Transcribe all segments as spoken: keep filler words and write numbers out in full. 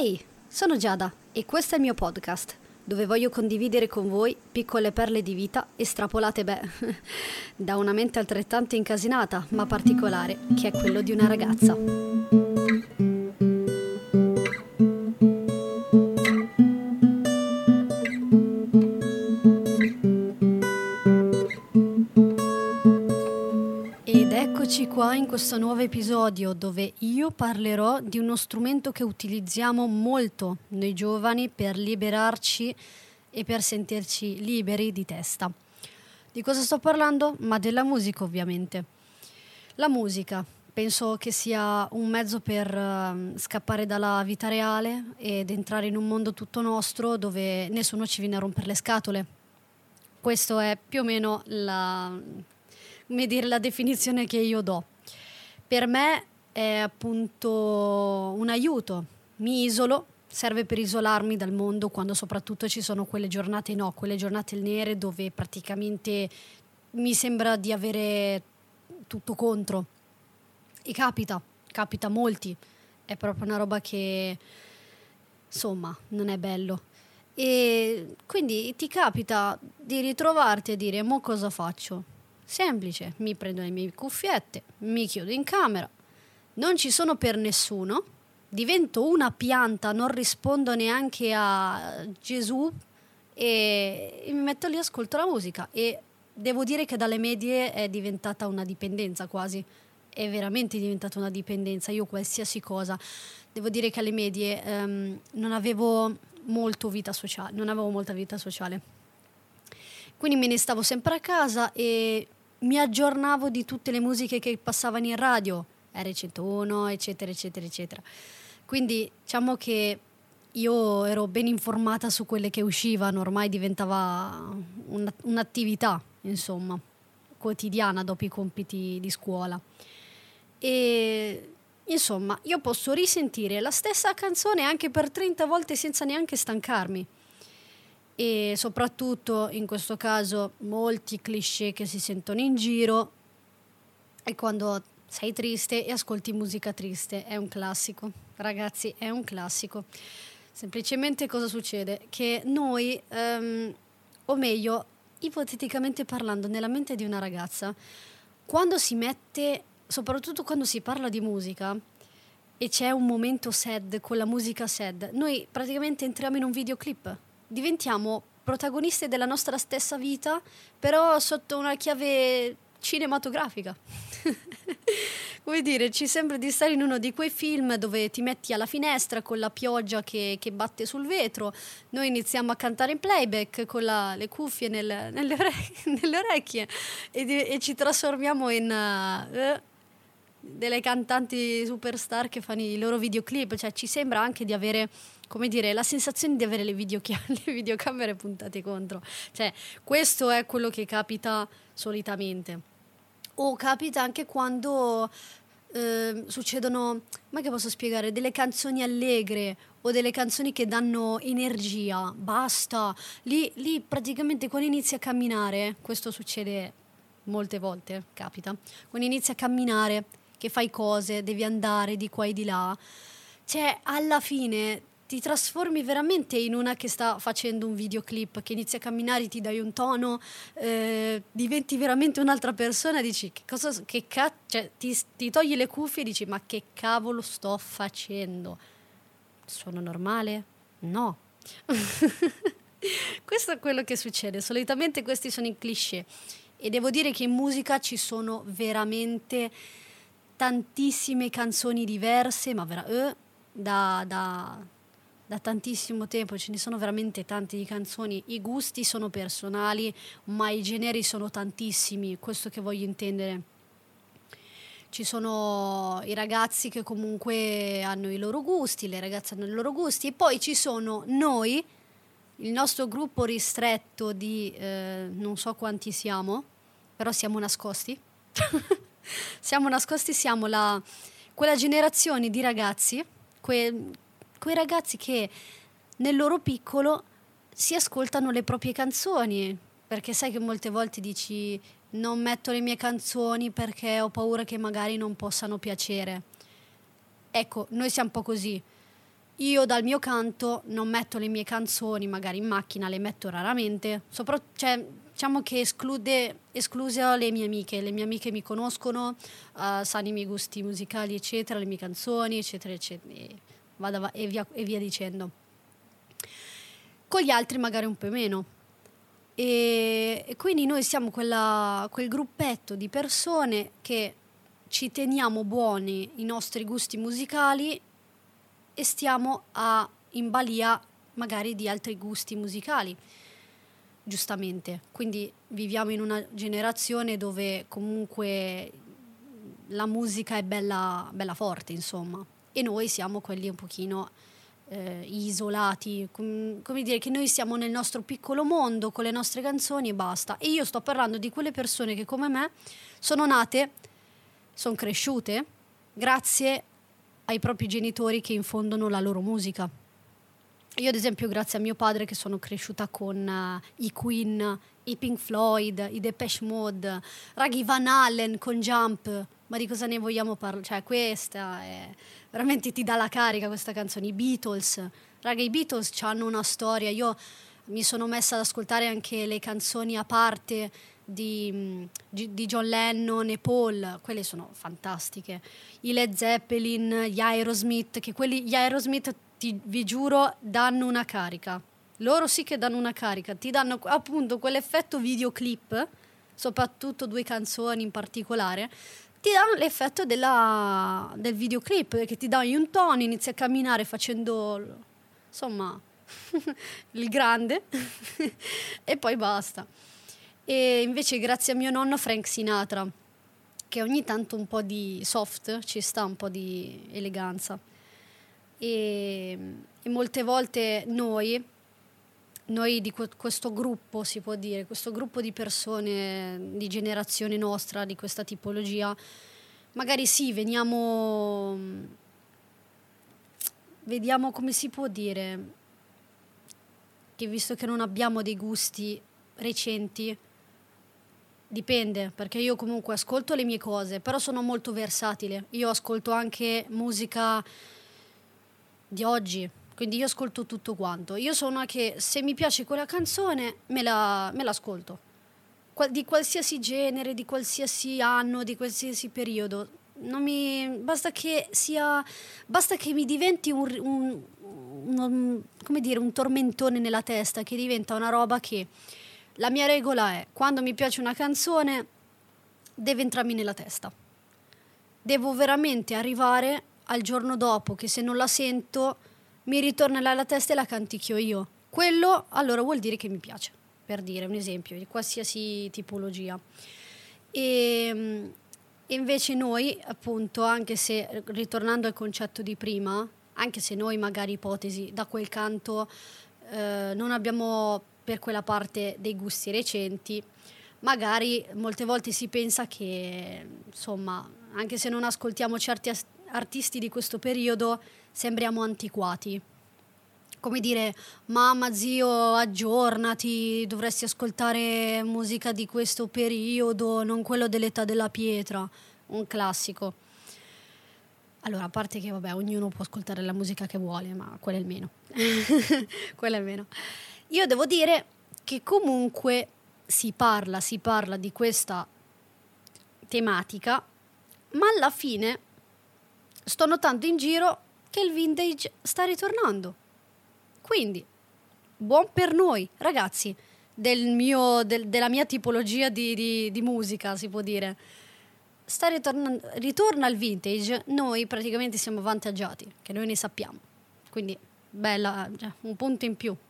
Ehi, sono Giada e questo è il mio podcast, dove voglio condividere con voi piccole perle di vita estrapolate, beh, da una mente altrettanto incasinata, ma particolare, che è quello di una ragazza. Ed eccoci qua in questo nuovo episodio dove io parlerò di uno strumento che utilizziamo molto noi giovani per liberarci e per sentirci liberi di testa. Di cosa sto parlando? Ma della musica, ovviamente. La musica penso che sia un mezzo per uh, scappare dalla vita reale ed entrare in un mondo tutto nostro dove nessuno ci viene a rompere le scatole. Questo è più o meno la, come dire, la definizione che io do. Per me è appunto un aiuto, mi isolo, serve per isolarmi dal mondo quando soprattutto ci sono quelle giornate no, quelle giornate nere dove praticamente mi sembra di avere tutto contro. E capita, capita a molti, è proprio una roba che insomma non è bello. E quindi ti capita di ritrovarti a dire: mo cosa faccio? Semplice, mi prendo le mie cuffiette, mi chiudo in camera, non ci sono per nessuno, divento una pianta, non rispondo neanche a Gesù e, e mi metto lì e ascolto la musica. E devo dire che dalle medie è diventata una dipendenza quasi, è veramente diventata una dipendenza. Io qualsiasi cosa, devo dire che alle medie ehm, non avevo molto vita sociale, non avevo molta vita sociale. Quindi me ne stavo sempre a casa e mi aggiornavo di tutte le musiche che passavano in radio, erre centouno, eccetera, eccetera, eccetera. Quindi diciamo che io ero ben informata su quelle che uscivano, ormai diventava un, un'attività, insomma, quotidiana dopo i compiti di scuola. E insomma, io posso risentire la stessa canzone anche per trenta volte senza neanche stancarmi. E soprattutto in questo caso molti cliché che si sentono in giro è quando sei triste e ascolti musica triste. È un classico, ragazzi, è un classico. Semplicemente cosa succede? Che noi, ehm, o meglio, ipoteticamente parlando, nella mente di una ragazza, quando si mette, soprattutto quando si parla di musica e c'è un momento sad con la musica sad, noi praticamente entriamo in un videoclip. Diventiamo protagoniste della nostra stessa vita, però sotto una chiave cinematografica. Come dire, ci sembra di stare in uno di quei film dove ti metti alla finestra con la pioggia che, che batte sul vetro, noi iniziamo a cantare in playback con la, le cuffie nel, nelle, orecchie, nelle orecchie e, di, e ci trasformiamo in uh, delle cantanti superstar che fanno i loro videoclip. Cioè ci sembra anche di avere, come dire, la sensazione di avere le, videochi- le videocamere puntate contro. Cioè questo è quello che capita solitamente. O capita anche quando eh, succedono, ma che posso spiegare, delle canzoni allegre o delle canzoni che danno energia, basta. Lì, lì praticamente quando inizi a camminare, questo succede molte volte, capita, quando inizi a camminare, che fai cose, devi andare di qua e di là, cioè alla fine ti trasformi veramente in una che sta facendo un videoclip, che inizia a camminare, ti dai un tono, eh, diventi veramente un'altra persona, dici che cosa, che ca- cioè, ti, ti togli le cuffie e dici: ma che cavolo sto facendo? Sono normale? No. Questo è quello che succede, solitamente questi sono i cliché e devo dire che in musica ci sono veramente tantissime canzoni diverse, ma vera- eh, da... da da tantissimo tempo, ce ne sono veramente tante di canzoni. I gusti sono personali, ma i generi sono tantissimi, questo che voglio intendere. Ci sono i ragazzi che comunque hanno i loro gusti, le ragazze hanno i loro gusti, e poi ci sono noi, il nostro gruppo ristretto di eh, non so quanti siamo, però siamo nascosti. Siamo nascosti, siamo la, quella generazione di ragazzi, que, quei ragazzi che nel loro piccolo si ascoltano le proprie canzoni, perché sai che molte volte dici: non metto le mie canzoni perché ho paura che magari non possano piacere. Ecco, noi siamo un po' così. io dal mio canto non metto le mie canzoni, magari in macchina le metto raramente, sopra, cioè, diciamo che esclude, escluse le mie amiche, le mie amiche mi conoscono, uh, sanno i miei gusti musicali eccetera, le mie canzoni eccetera eccetera, e, vada, va, e, via, e via dicendo. Con gli altri magari un po' meno. E, e quindi noi siamo quella, quel gruppetto di persone che ci teniamo buoni i nostri gusti musicali e stiamo a, in balia magari di altri gusti musicali, giustamente. Quindi viviamo in una generazione dove comunque la musica è bella, bella forte, insomma, e noi siamo quelli un pochino eh, isolati, com- come dire, che noi siamo nel nostro piccolo mondo con le nostre canzoni e basta. E io sto parlando di quelle persone che come me sono nate, sono cresciute grazie ai propri genitori che infondono la loro musica. Io ad esempio grazie a mio padre che sono cresciuta con uh, i Queen, i Pink Floyd, i Depeche Mode, raghi Van Halen con Jump, ma di cosa ne vogliamo parlare? Cioè questa è veramente, ti dà la carica questa canzone. I Beatles, raga, i Beatles hanno una storia. Io mi sono messa ad ascoltare anche le canzoni a parte di, di John Lennon e Paul, quelle sono fantastiche. I Led Zeppelin, gli Aerosmith, che quelli, gli Aerosmith ti, vi giuro danno una carica, loro sì che danno una carica, ti danno appunto quell'effetto videoclip, soprattutto due canzoni in particolare, ti danno l'effetto della, del videoclip, che ti dai un tono, inizi a camminare facendo insomma il grande e poi basta. E invece grazie a mio nonno Frank Sinatra, che ogni tanto un po' di soft ci sta, un po' di eleganza, e, e molte volte noi noi di que- questo gruppo, si può dire, questo gruppo di persone di generazione nostra, di questa tipologia, magari sì, veniamo vediamo, come si può dire, che visto che non abbiamo dei gusti recenti, dipende, perché io comunque ascolto le mie cose, però sono molto versatile. Io ascolto anche musica di oggi, quindi io ascolto tutto quanto. Io sono una che se mi piace quella canzone me la me l'ascolto. Qual- di qualsiasi genere, di qualsiasi anno, di qualsiasi periodo. Non mi basta che sia basta che mi diventi un, un, un come dire, un tormentone nella testa, che diventa una roba che la mia regola è: quando mi piace una canzone deve entrarmi nella testa. Devo veramente arrivare al giorno dopo che se non la sento mi ritorna alla testa e la canticchio io. Quello allora vuol dire che mi piace, per dire un esempio di qualsiasi tipologia. E, e invece noi, appunto, anche se ritornando al concetto di prima, anche se noi magari ipotesi da quel canto eh, non abbiamo per quella parte dei gusti recenti, magari molte volte si pensa che insomma, anche se non ascoltiamo certi as- artisti di questo periodo, sembriamo antiquati. Come dire, mamma, zio, aggiornati, dovresti ascoltare musica di questo periodo, non quello dell'età della pietra, un classico. Allora, a parte che vabbè, ognuno può ascoltare la musica che vuole, ma quello è il meno. Quello è il meno. Io devo dire che comunque si parla, si parla di questa tematica, ma alla fine sto notando in giro che il vintage sta ritornando. Quindi, buon per noi, ragazzi, del mio, del, della mia tipologia di, di, di musica, si può dire. Sta ritornando, ritorna il vintage, noi praticamente siamo avvantaggiati, che noi ne sappiamo. Quindi, bella, cioè, un punto in più.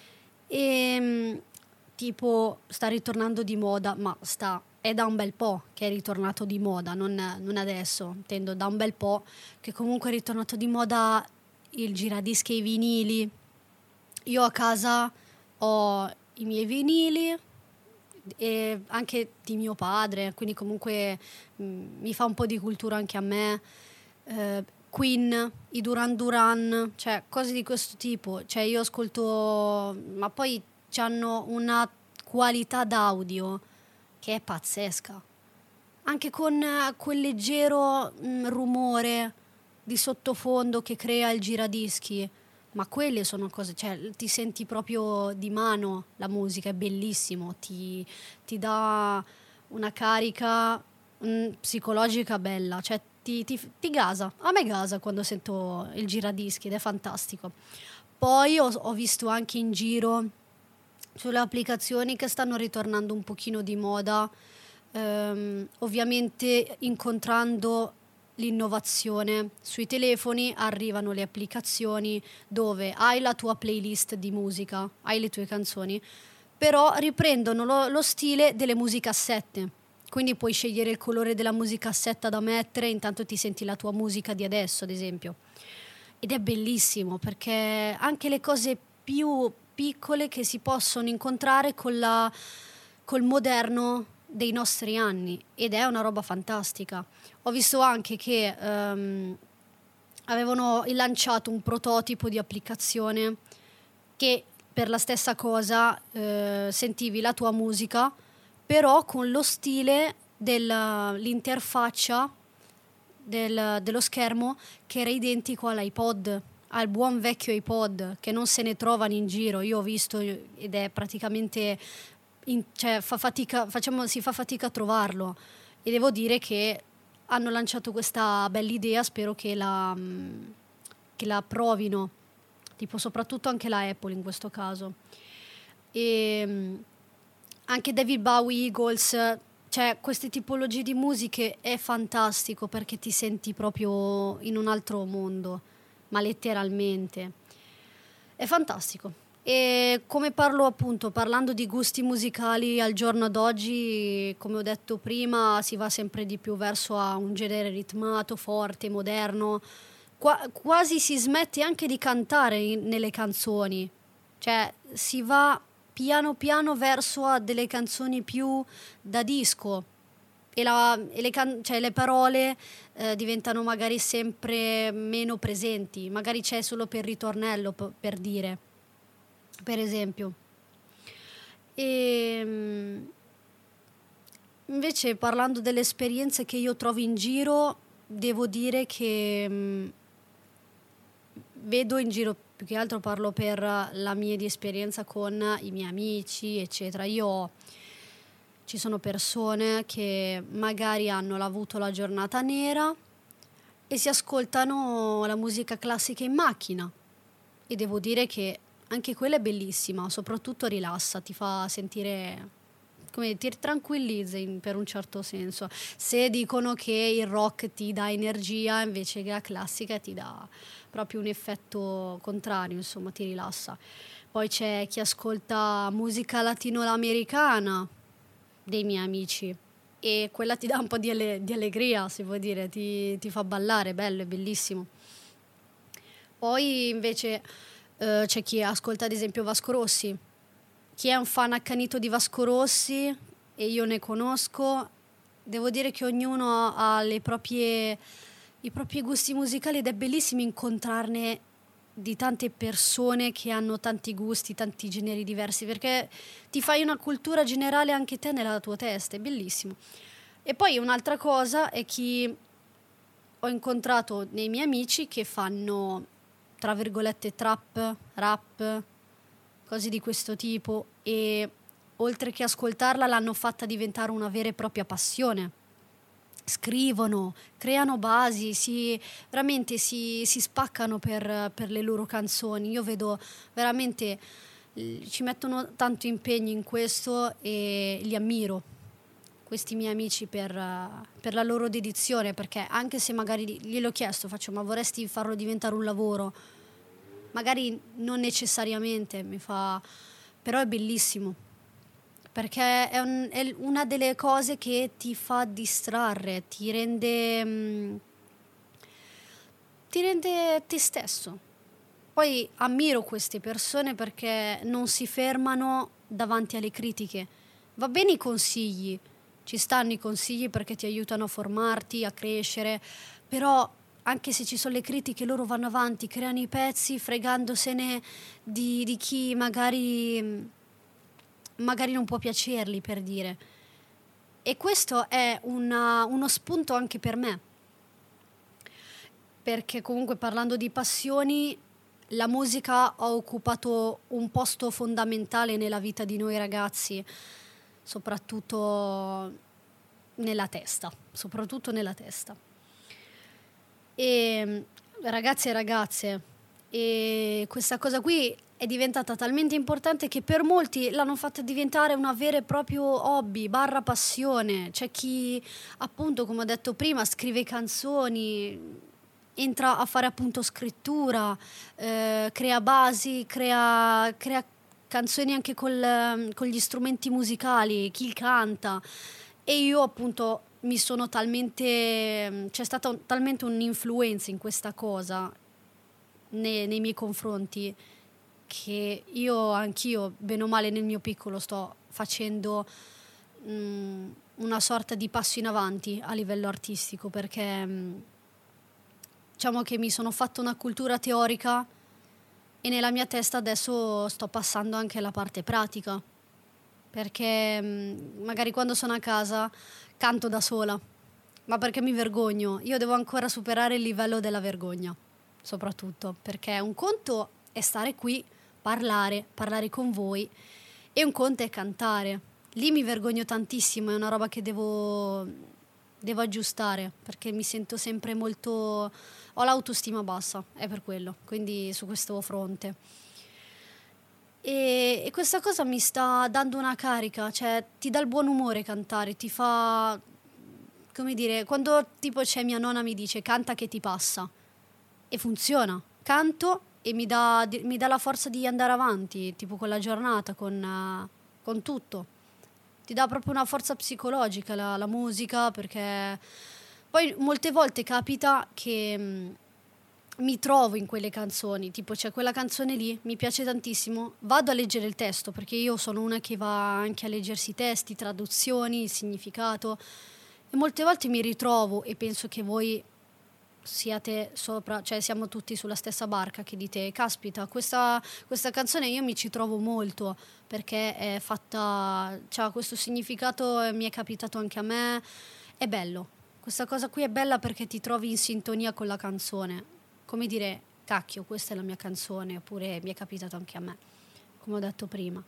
E tipo, sta ritornando di moda, ma sta... è da un bel po' che è ritornato di moda, non, non adesso, intendo da un bel po' che comunque è ritornato di moda il giradischi e i vinili. Io a casa ho i miei vinili e anche di mio padre, quindi comunque mh, mi fa un po' di cultura anche a me. eh, Queen, i Duran Duran, cioè cose di questo tipo, cioè io ascolto, ma poi hanno una qualità d'audio che è pazzesca, anche con eh, quel leggero mh, rumore di sottofondo che crea il giradischi, ma quelle sono cose, cioè ti senti proprio di mano la musica, è bellissimo, ti, ti dà una carica mh, psicologica bella, cioè ti, ti, ti gasa, a me gasa quando sento il giradischi ed è fantastico. Poi ho, ho visto anche in giro sulle applicazioni che stanno ritornando un pochino di moda, ehm, ovviamente incontrando l'innovazione. Sui telefoni arrivano le applicazioni dove hai la tua playlist di musica, hai le tue canzoni, però riprendono lo, lo stile delle musicassette. Quindi puoi scegliere il colore della musicassetta da mettere, intanto ti senti la tua musica di adesso, ad esempio. Ed è bellissimo perché anche le cose più piccole che si possono incontrare con la, col moderno dei nostri anni, ed è una roba fantastica. Ho visto anche che um, avevano lanciato un prototipo di applicazione che per la stessa cosa eh, sentivi la tua musica, però con lo stile dell'interfaccia del, dello schermo che era identico all'iPod, al buon vecchio iPod, che non se ne trovano in giro. Io ho visto ed è praticamente in, cioè fa fatica, facciamo, si fa fatica a trovarlo, e devo dire che hanno lanciato questa bella idea, spero che la, che la provino, tipo soprattutto anche la Apple in questo caso. E anche David Bowie, Eagles, cioè queste tipologie di musiche è fantastico perché ti senti proprio in un altro mondo, ma letteralmente è fantastico. E come parlo appunto, parlando di gusti musicali al giorno d'oggi, come ho detto prima, si va sempre di più verso a un genere ritmato, forte, moderno. Qua, quasi si smette anche di cantare in, nelle canzoni, cioè si va piano piano verso a delle canzoni più da disco, e, la, e le, can- cioè le parole eh, diventano magari sempre meno presenti, magari c'è solo per ritornello, p- per dire, per esempio. E invece, parlando delle esperienze che io trovo in giro, devo dire che mh, vedo in giro, più che altro parlo per la mia di esperienza con i miei amici, eccetera. Io ci sono persone che magari hanno avuto la giornata nera e si ascoltano la musica classica in macchina, e devo dire che anche quella è bellissima, soprattutto rilassa, ti fa sentire, come ti tranquillizza in, per un certo senso. Se dicono che il rock ti dà energia, invece che la classica ti dà proprio un effetto contrario, insomma ti rilassa. Poi c'è chi ascolta musica latinoamericana, dei miei amici, e quella ti dà un po' di, alle, di allegria, si può dire, ti, ti fa ballare, bello, è bellissimo. Poi invece eh, c'è chi ascolta ad esempio Vasco Rossi. Chi è un fan accanito di Vasco Rossi, e io ne conosco, devo dire che ognuno ha le proprie, i propri gusti musicali, ed è bellissimo incontrarne di tante persone che hanno tanti gusti, tanti generi diversi, perché ti fai una cultura generale anche te nella tua testa, è bellissimo. E poi un'altra cosa è chi ho incontrato nei miei amici che fanno, tra virgolette, trap, rap, cose di questo tipo, e oltre che ascoltarla l'hanno fatta diventare una vera e propria passione. Scrivono, creano basi, si, veramente si, si spaccano per, per le loro canzoni. Io vedo veramente, ci mettono tanto impegno in questo e li ammiro, questi miei amici, per, per la loro dedizione, perché anche se magari gliel'ho chiesto, faccio, ma vorresti farlo diventare un lavoro? Magari non necessariamente, mi fa, però è bellissimo, perché è, un, è una delle cose che ti fa distrarre, ti rende mh, ti rende te stesso. Poi ammiro queste persone perché non si fermano davanti alle critiche. Va bene i consigli, ci stanno i consigli perché ti aiutano a formarti, a crescere, però anche se ci sono le critiche, loro vanno avanti, creano i pezzi fregandosene di, di chi magari magari non può piacerli, per dire. E questo è una, uno spunto anche per me, perché comunque parlando di passioni, la musica ha occupato un posto fondamentale nella vita di noi ragazzi, soprattutto nella testa, soprattutto nella testa. E ragazzi e ragazze, e questa cosa qui è diventata talmente importante che per molti l'hanno fatta diventare una vera e propria hobby, barra passione. C'è chi, appunto, come ho detto prima, scrive canzoni, entra a fare appunto scrittura, eh, crea basi, crea, crea canzoni anche col, con gli strumenti musicali, chi canta. E io appunto mi sono talmente, c'è stata un, talmente un'influenza in questa cosa nei, nei miei confronti, che io anch'io, bene o male nel mio piccolo, sto facendo mh, una sorta di passo in avanti a livello artistico, perché mh, diciamo che mi sono fatto una cultura teorica e nella mia testa adesso sto passando anche alla parte pratica, perché mh, magari quando sono a casa canto da sola, ma perché mi vergogno. Io devo ancora superare il livello della vergogna, soprattutto perché un conto è stare qui, parlare, parlare con voi, e un conto è cantare. Lì mi vergogno tantissimo, è una roba che devo, devo aggiustare, perché mi sento sempre molto... ho l'autostima bassa, è per quello, quindi su questo fronte. E, e questa cosa mi sta dando una carica, cioè ti dà il buon umore cantare, ti fa... come dire, quando tipo c'è mia nonna mi dice canta che ti passa, e funziona, canto e mi dà, mi dà la forza di andare avanti, tipo con la giornata, con, uh, con tutto. Ti dà proprio una forza psicologica la, la musica, perché poi molte volte capita che mh, mi trovo in quelle canzoni, tipo c'è quella canzone lì, mi piace tantissimo, vado a leggere il testo, perché io sono una che va anche a leggersi i testi, traduzioni, il significato, e molte volte mi ritrovo e penso che voi siate sopra, cioè siamo tutti sulla stessa barca, che dite caspita, questa, questa canzone io mi ci trovo molto, perché è fatta, c'ha questo significato e mi è capitato anche a me. È bello, questa cosa qui è bella perché ti trovi in sintonia con la canzone, come dire cacchio, questa è la mia canzone, oppure mi è capitato anche a me, come ho detto prima.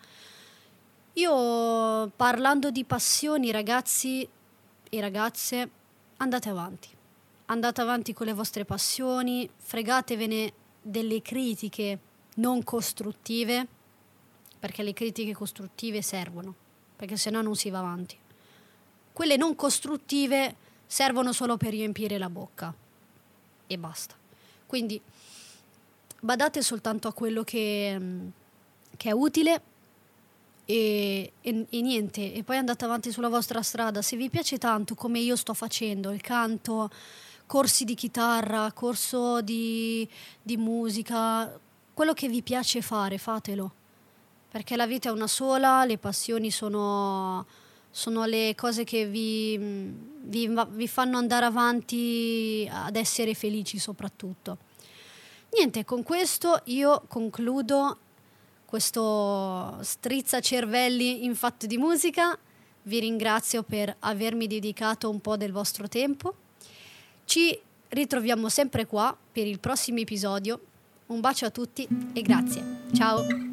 Io, parlando di passioni, ragazzi e ragazze, andate avanti. Andate avanti con le vostre passioni, fregatevene delle critiche non costruttive, perché le critiche costruttive servono, perché sennò non si va avanti. Quelle non costruttive servono solo per riempire la bocca e basta. Quindi badate soltanto a quello che, che è utile e, e, e niente, e poi andate avanti sulla vostra strada. Se vi piace tanto, come io sto facendo, il canto, corsi di chitarra, corso di, di musica, quello che vi piace fare, fatelo, perché la vita è una sola, le passioni sono, sono le cose che vi, vi, vi fanno andare avanti ad essere felici soprattutto. Niente, con questo io concludo questo strizzacervelli in fatto di musica. Vi ringrazio per avermi dedicato un po' del vostro tempo. Ci ritroviamo sempre qua per il prossimo episodio. Un bacio a tutti e grazie. Ciao!